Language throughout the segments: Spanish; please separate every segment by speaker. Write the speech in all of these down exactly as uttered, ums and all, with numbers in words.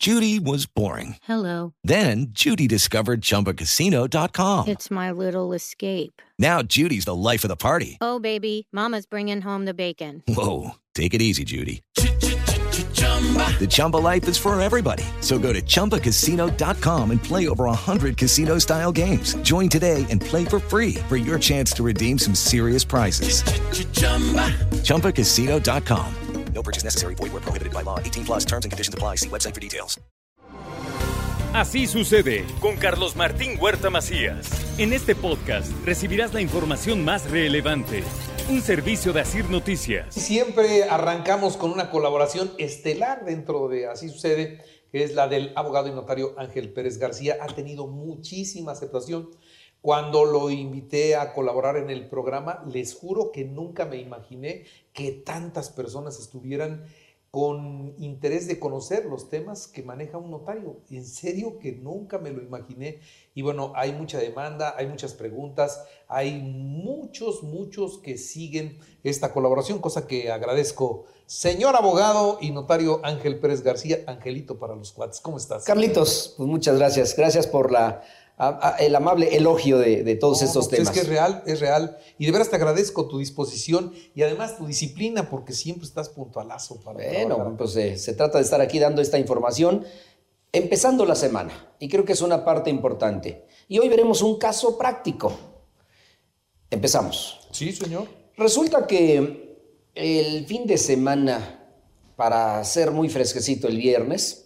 Speaker 1: Judy was boring.
Speaker 2: Hello.
Speaker 1: Then Judy discovered Chumba Casino dot com.
Speaker 2: It's my little escape.
Speaker 1: Now Judy's the life of the party.
Speaker 2: Oh, baby, mama's bringing home the bacon.
Speaker 1: Whoa, take it easy, Judy. The Chumba life is for everybody. So go to Chumba Casino dot com and play over one hundred casino-style games. Join today and play for free for your chance to redeem some serious prizes. Chumba Casino dot com.
Speaker 3: No purchase necessary. Void where prohibited by law. eighteen plus terms and conditions apply. See website for details.
Speaker 4: Así sucede con Carlos Martín Huerta Macías. En este podcast recibirás la información más relevante. Un servicio de Asir Noticias.
Speaker 5: Siempre arrancamos con una colaboración estelar dentro de Así Sucede, que es la del abogado y notario Ángel Pérez García. Ha tenido muchísima aceptación. Cuando lo invité a colaborar en el programa, les juro que nunca me imaginé que tantas personas estuvieran con interés de conocer los temas que maneja un notario. En serio que nunca me lo imaginé. Y bueno, hay mucha demanda, hay muchas preguntas, hay muchos, muchos que siguen esta colaboración, cosa que agradezco. Señor abogado y notario Ángel Pérez García, Angelito para los cuates, ¿cómo estás?
Speaker 6: Carlitos, pues muchas gracias. Gracias por la... A, a, el amable elogio de, de todos
Speaker 5: no,
Speaker 6: estos
Speaker 5: no,
Speaker 6: temas.
Speaker 5: Es que es real, es real. Y de veras te agradezco tu disposición y además tu disciplina, porque siempre estás puntualazo para
Speaker 6: Bueno,
Speaker 5: trabajar.
Speaker 6: pues eh, se trata de estar aquí dando esta información, empezando la semana. Y creo que es una parte importante. Y hoy veremos un caso práctico. Empezamos.
Speaker 5: Sí, señor.
Speaker 6: Resulta que el fin de semana, para ser muy fresquecito el viernes,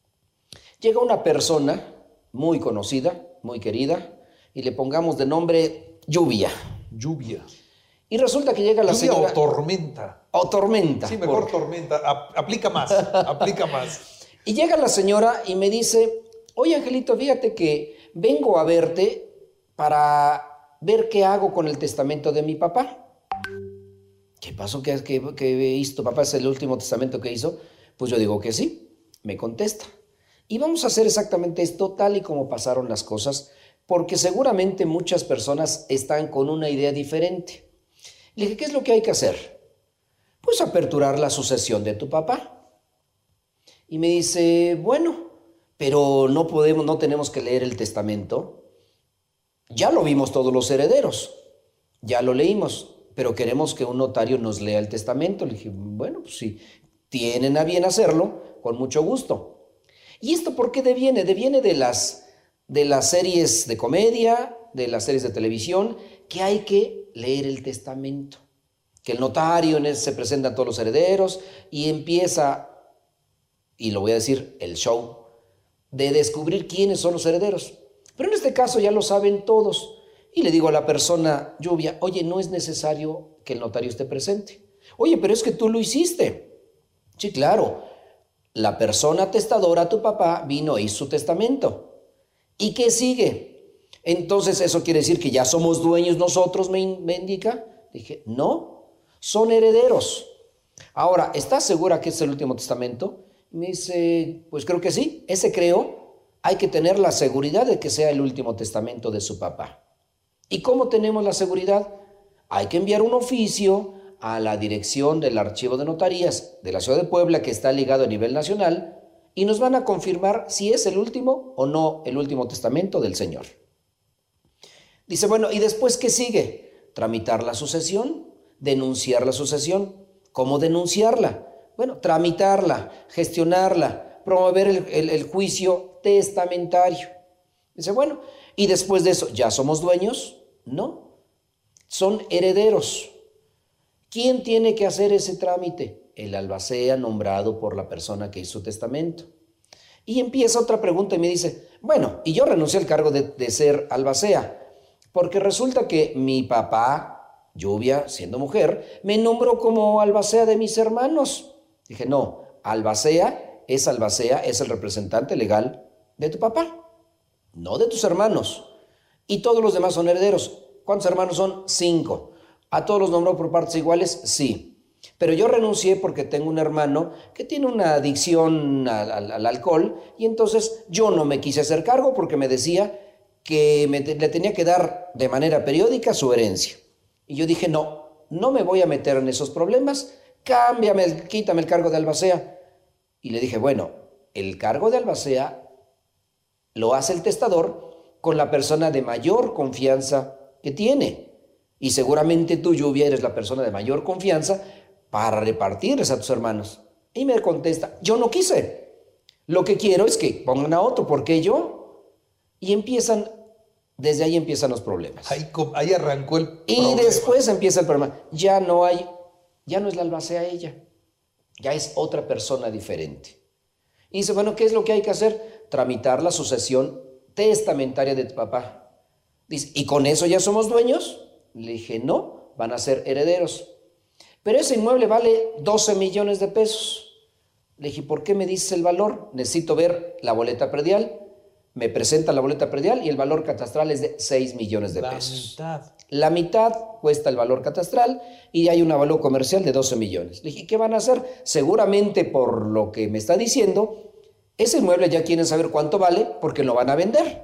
Speaker 6: llega una persona muy conocida, muy querida, y le pongamos de nombre Lluvia.
Speaker 5: Lluvia.
Speaker 6: Y resulta que llega la
Speaker 5: Lluvia
Speaker 6: señora...
Speaker 5: o tormenta.
Speaker 6: O tormenta.
Speaker 5: Sí, mejor
Speaker 6: por...
Speaker 5: tormenta. A- aplica más, aplica más.
Speaker 6: Y llega la señora y me dice, oye Angelito, fíjate que vengo a verte para ver qué hago con el testamento de mi papá. ¿Qué pasó? ¿Qué, qué, qué hizo tu papá? ¿Es el último testamento que hizo? Pues yo digo que sí. Me contesta. Y vamos a hacer exactamente esto tal y como pasaron las cosas, porque seguramente muchas personas están con una idea diferente. Le dije, ¿qué es lo que hay que hacer? Pues aperturar la sucesión de tu papá. Y me dice, bueno, pero no podemos, no tenemos que leer el testamento. Ya lo vimos todos los herederos, ya lo leímos, pero queremos que un notario nos lea el testamento. Le dije, bueno, pues si tienen a bien hacerlo, con mucho gusto. ¿Y esto por qué deviene? Deviene de las, de las series de comedia, de las series de televisión, que hay que leer el testamento. Que el notario en ese se presenta a todos los herederos y empieza, y lo voy a decir, el show de descubrir quiénes son los herederos. Pero en este caso ya lo saben todos. Y le digo a la persona, Lluvia, oye, no es necesario que el notario esté presente. Oye, pero es que tú lo hiciste. Sí, claro. La persona testadora, tu papá, vino e hizo su testamento. ¿Y qué sigue? Entonces, ¿eso quiere decir que ya somos dueños nosotros, me, me indica? Dije, no, son herederos. Ahora, ¿estás segura que es el último testamento? Me dice, pues creo que sí. Ese creo, hay que tener la seguridad de que sea el último testamento de su papá. ¿Y cómo tenemos la seguridad? Hay que enviar un oficio a la dirección del archivo de notarías de la ciudad de Puebla, que está ligado a nivel nacional, y nos van a confirmar si es el último o no el último testamento del señor. Dice, bueno, ¿y después qué sigue? Tramitar la sucesión, denunciar la sucesión. ¿Cómo denunciarla? Bueno, tramitarla, gestionarla, promover el, el, el juicio testamentario. Dice, bueno, ¿y después de eso ya somos dueños? No, son herederos. ¿Quién tiene que hacer ese trámite? El albacea nombrado por la persona que hizo su testamento. Y empieza otra pregunta y me dice, bueno, y yo renuncié al cargo de, de ser albacea, porque resulta que mi papá, Lluvia, siendo mujer, me nombró como albacea de mis hermanos. Dije, no, albacea es albacea, es el representante legal de tu papá, no de tus hermanos. Y todos los demás son herederos. ¿Cuántos hermanos son? Cinco. ¿A todos los nombró por partes iguales? Sí. Pero yo renuncié porque tengo un hermano que tiene una adicción al, al, al alcohol y entonces yo no me quise hacer cargo porque me decía que me, le tenía que dar de manera periódica su herencia. Y yo dije, no, no me voy a meter en esos problemas, cámbiame, quítame el cargo de albacea. Y le dije, bueno, el cargo de albacea lo hace el testador con la persona de mayor confianza que tiene. Y seguramente tú, Lluvia, eres la persona de mayor confianza para repartirles a tus hermanos. Y me contesta, yo no quise. Lo que quiero es que pongan a otro, ¿por qué yo? Y empiezan, desde ahí empiezan los problemas.
Speaker 5: Ahí, ahí arrancó el
Speaker 6: y
Speaker 5: problema.
Speaker 6: después empieza el problema. Ya no hay, ya no es la albacea ella, ya es otra persona diferente. Y dice, bueno, ¿qué es lo que hay que hacer? Tramitar la sucesión testamentaria de tu papá. Dice, ¿y con eso ya somos dueños? Le dije, no, van a ser herederos. Pero ese inmueble vale doce millones de pesos. Le dije, ¿por qué me dices el valor? Necesito ver la boleta predial. Me presenta la boleta predial y el valor catastral es de seis millones de pesos.
Speaker 5: La mitad.
Speaker 6: La mitad cuesta el valor catastral y hay un valor comercial de doce millones. Le dije, ¿qué van a hacer? Seguramente por lo que me está diciendo, ese inmueble ya quieren saber cuánto vale porque lo van a vender.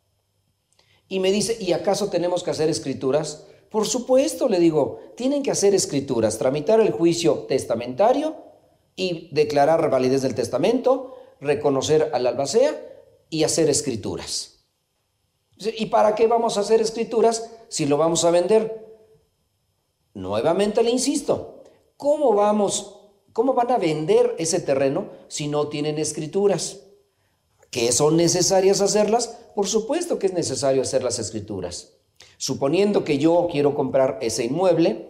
Speaker 6: Y me dice, ¿y acaso tenemos que hacer escrituras? Por supuesto, le digo, tienen que hacer escrituras, tramitar el juicio testamentario y declarar validez del testamento, reconocer al albacea y hacer escrituras. ¿Y para qué vamos a hacer escrituras si lo vamos a vender? Nuevamente le insisto, ¿cómo vamos, cómo van a vender ese terreno si no tienen escrituras? ¿Que son necesarias hacerlas? Por supuesto que es necesario hacer las escrituras. Suponiendo que yo quiero comprar ese inmueble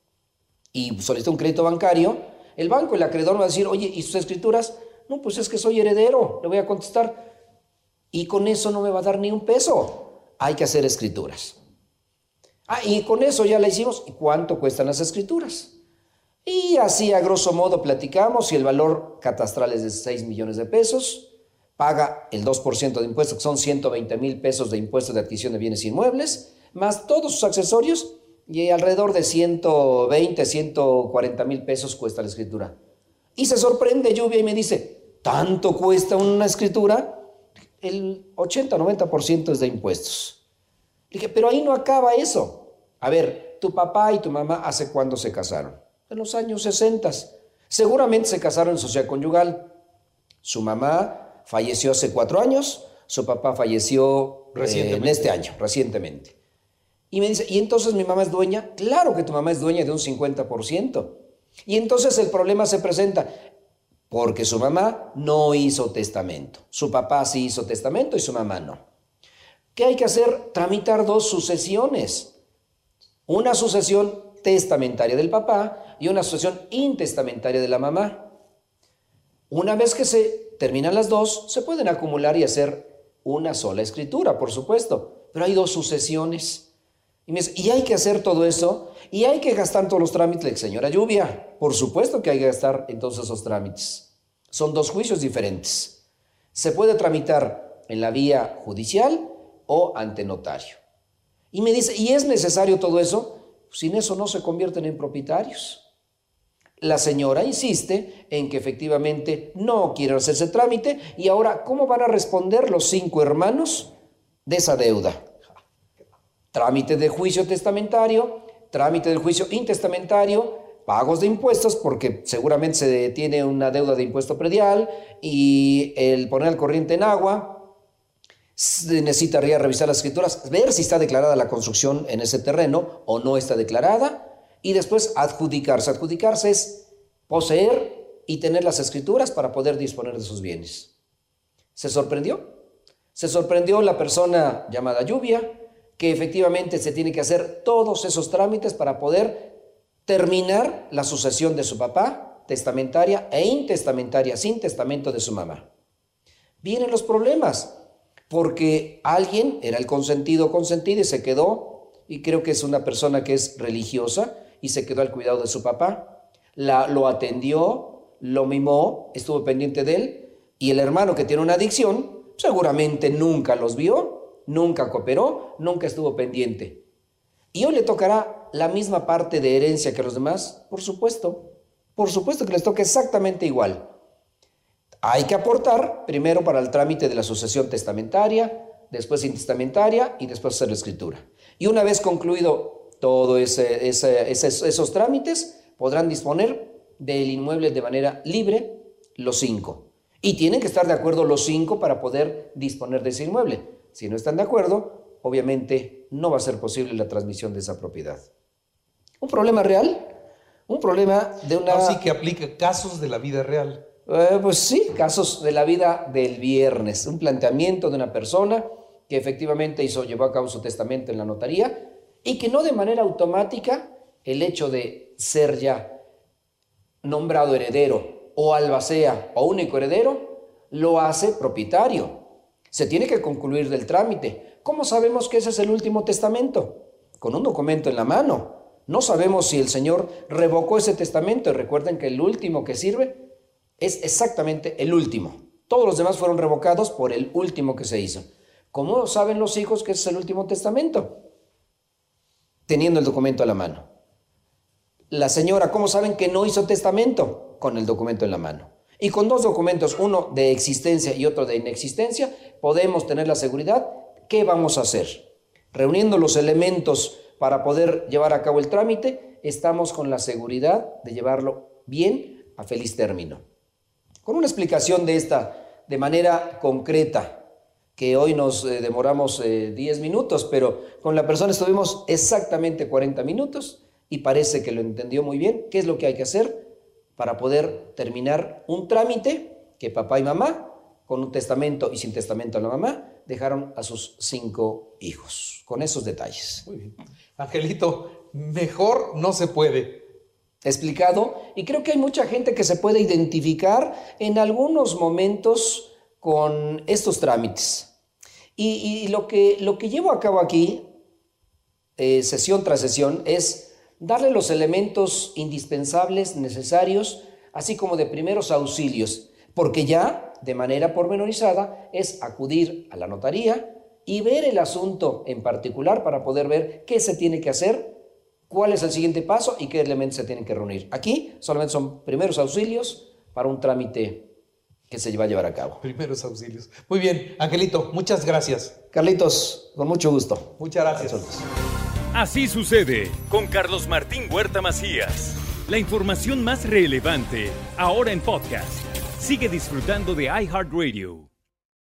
Speaker 6: y solicito un crédito bancario, el banco, el acreedor me va a decir, oye, ¿y sus escrituras? No, pues es que soy heredero, le voy a contestar. Y con eso no me va a dar ni un peso. Hay que hacer escrituras. Ah, y con eso ya la hicimos. ¿Y cuánto cuestan las escrituras? Y así a grosso modo platicamos y el valor catastral es de seis millones de pesos. Paga el dos por ciento de impuestos, que son ciento veinte mil pesos de impuestos de adquisición de bienes inmuebles, más todos sus accesorios, y alrededor de ciento veinte, ciento cuarenta mil pesos cuesta la escritura. Y se sorprende Lluvia y me dice, ¿tanto cuesta una escritura? El ochenta, noventa por ciento es de impuestos. Le dije, pero ahí no acaba eso. A ver, tu papá y tu mamá, ¿hace cuándo se casaron? En los años sesenta. Seguramente se casaron en sociedad conyugal. Su mamá falleció hace cuatro años, su papá falleció eh, en este año, recientemente. Y me dice, ¿y entonces mi mamá es dueña? Claro que tu mamá es dueña de un cincuenta por ciento. Y entonces el problema se presenta porque su mamá no hizo testamento. Su papá sí hizo testamento y su mamá no. ¿Qué hay que hacer? Tramitar dos sucesiones. Una sucesión testamentaria del papá y una sucesión intestamentaria de la mamá. Una vez que se terminan las dos, se pueden acumular y hacer una sola escritura, por supuesto. Pero hay dos sucesiones. Y, me dice, ¿y hay que hacer todo eso? ¿Y hay que gastar todos los trámites? Le dije, señora Lluvia, por supuesto que hay que gastar entonces esos trámites. Son dos juicios diferentes. Se puede tramitar en la vía judicial o ante notario. Y me dice, ¿y es necesario todo eso? Sin eso no se convierten en propietarios. La señora insiste en que efectivamente no quiere hacer ese trámite y ahora, ¿cómo van a responder los cinco hermanos de esa deuda? Trámite de juicio testamentario, trámite del juicio intestamentario, pagos de impuestos porque seguramente se tiene una deuda de impuesto predial y el poner al corriente en agua, se necesita revisar las escrituras, ver si está declarada la construcción en ese terreno o no está declarada. Y después adjudicarse. Adjudicarse es poseer y tener las escrituras para poder disponer de sus bienes. ¿Se sorprendió? Se sorprendió la persona llamada Lluvia, que efectivamente se tiene que hacer todos esos trámites para poder terminar la sucesión de su papá, testamentaria e intestamentaria, sin testamento de su mamá. Vienen los problemas, porque alguien era el consentido o consentida y se quedó, y creo que es una persona que es religiosa, y se quedó al cuidado de su papá, la, lo atendió, lo mimó, estuvo pendiente de él, y el hermano que tiene una adicción, seguramente nunca los vio, nunca cooperó, nunca estuvo pendiente. ¿Y hoy le tocará la misma parte de herencia que a los demás? Por supuesto, por supuesto que les toca exactamente igual. Hay que aportar primero para el trámite de la sucesión testamentaria, después intestamentaria y después hacer la escritura. Y una vez concluido todos ese, ese, esos, esos trámites, podrán disponer del inmueble de manera libre los cinco. Y tienen que estar de acuerdo los cinco para poder disponer de ese inmueble. Si no están de acuerdo, obviamente no va a ser posible la transmisión de esa propiedad. ¿Un problema real? Un problema de una...
Speaker 5: Así que aplica casos de la vida real.
Speaker 6: Eh, pues sí, casos de la vida del viernes. Un planteamiento de una persona que efectivamente hizo, llevó a cabo su testamento en la notaría y que no de manera automática el hecho de ser ya nombrado heredero o albacea o único heredero lo hace propietario. Se tiene que concluir del trámite. ¿Cómo sabemos que ese es el último testamento? Con un documento en la mano. No sabemos si el señor revocó ese testamento. Y recuerden que el último que sirve es exactamente el último. Todos los demás fueron revocados por el último que se hizo. ¿Cómo saben los hijos que ese es el último testamento? Teniendo el documento a la mano. La señora, ¿cómo saben que no hizo testamento? Con el documento en la mano. Y con dos documentos, uno de existencia y otro de inexistencia, podemos tener la seguridad. ¿Qué vamos a hacer? Reuniendo los elementos para poder llevar a cabo el trámite, estamos con la seguridad de llevarlo bien a feliz término. Con una explicación de esta de manera concreta, que hoy nos eh, demoramos eh, diez minutos, pero con la persona estuvimos exactamente cuarenta minutos y parece que lo entendió muy bien. ¿Qué es lo que hay que hacer para poder terminar un trámite que papá y mamá, con un testamento y sin testamento a la mamá, dejaron a sus cinco hijos? Con esos detalles.
Speaker 5: Muy bien. Angelito, mejor no se puede.
Speaker 6: Explicado, y creo que hay mucha gente que se puede identificar en algunos momentos con estos trámites. Y, y lo, que, lo que llevo a cabo aquí, eh, sesión tras sesión, es darle los elementos indispensables, necesarios, así como de primeros auxilios, porque ya, de manera pormenorizada, es acudir a la notaría y ver el asunto en particular para poder ver qué se tiene que hacer, cuál es el siguiente paso y qué elementos se tienen que reunir. Aquí solamente son primeros auxilios para un trámite que se va a llevar a cabo.
Speaker 5: Primeros auxilios. Muy bien, Angelito, muchas gracias.
Speaker 6: Carlitos, con mucho gusto.
Speaker 5: Muchas gracias.
Speaker 4: Así sucede con Carlos Martín Huerta Macías. La información más relevante, ahora en podcast. Sigue disfrutando de iHeartRadio.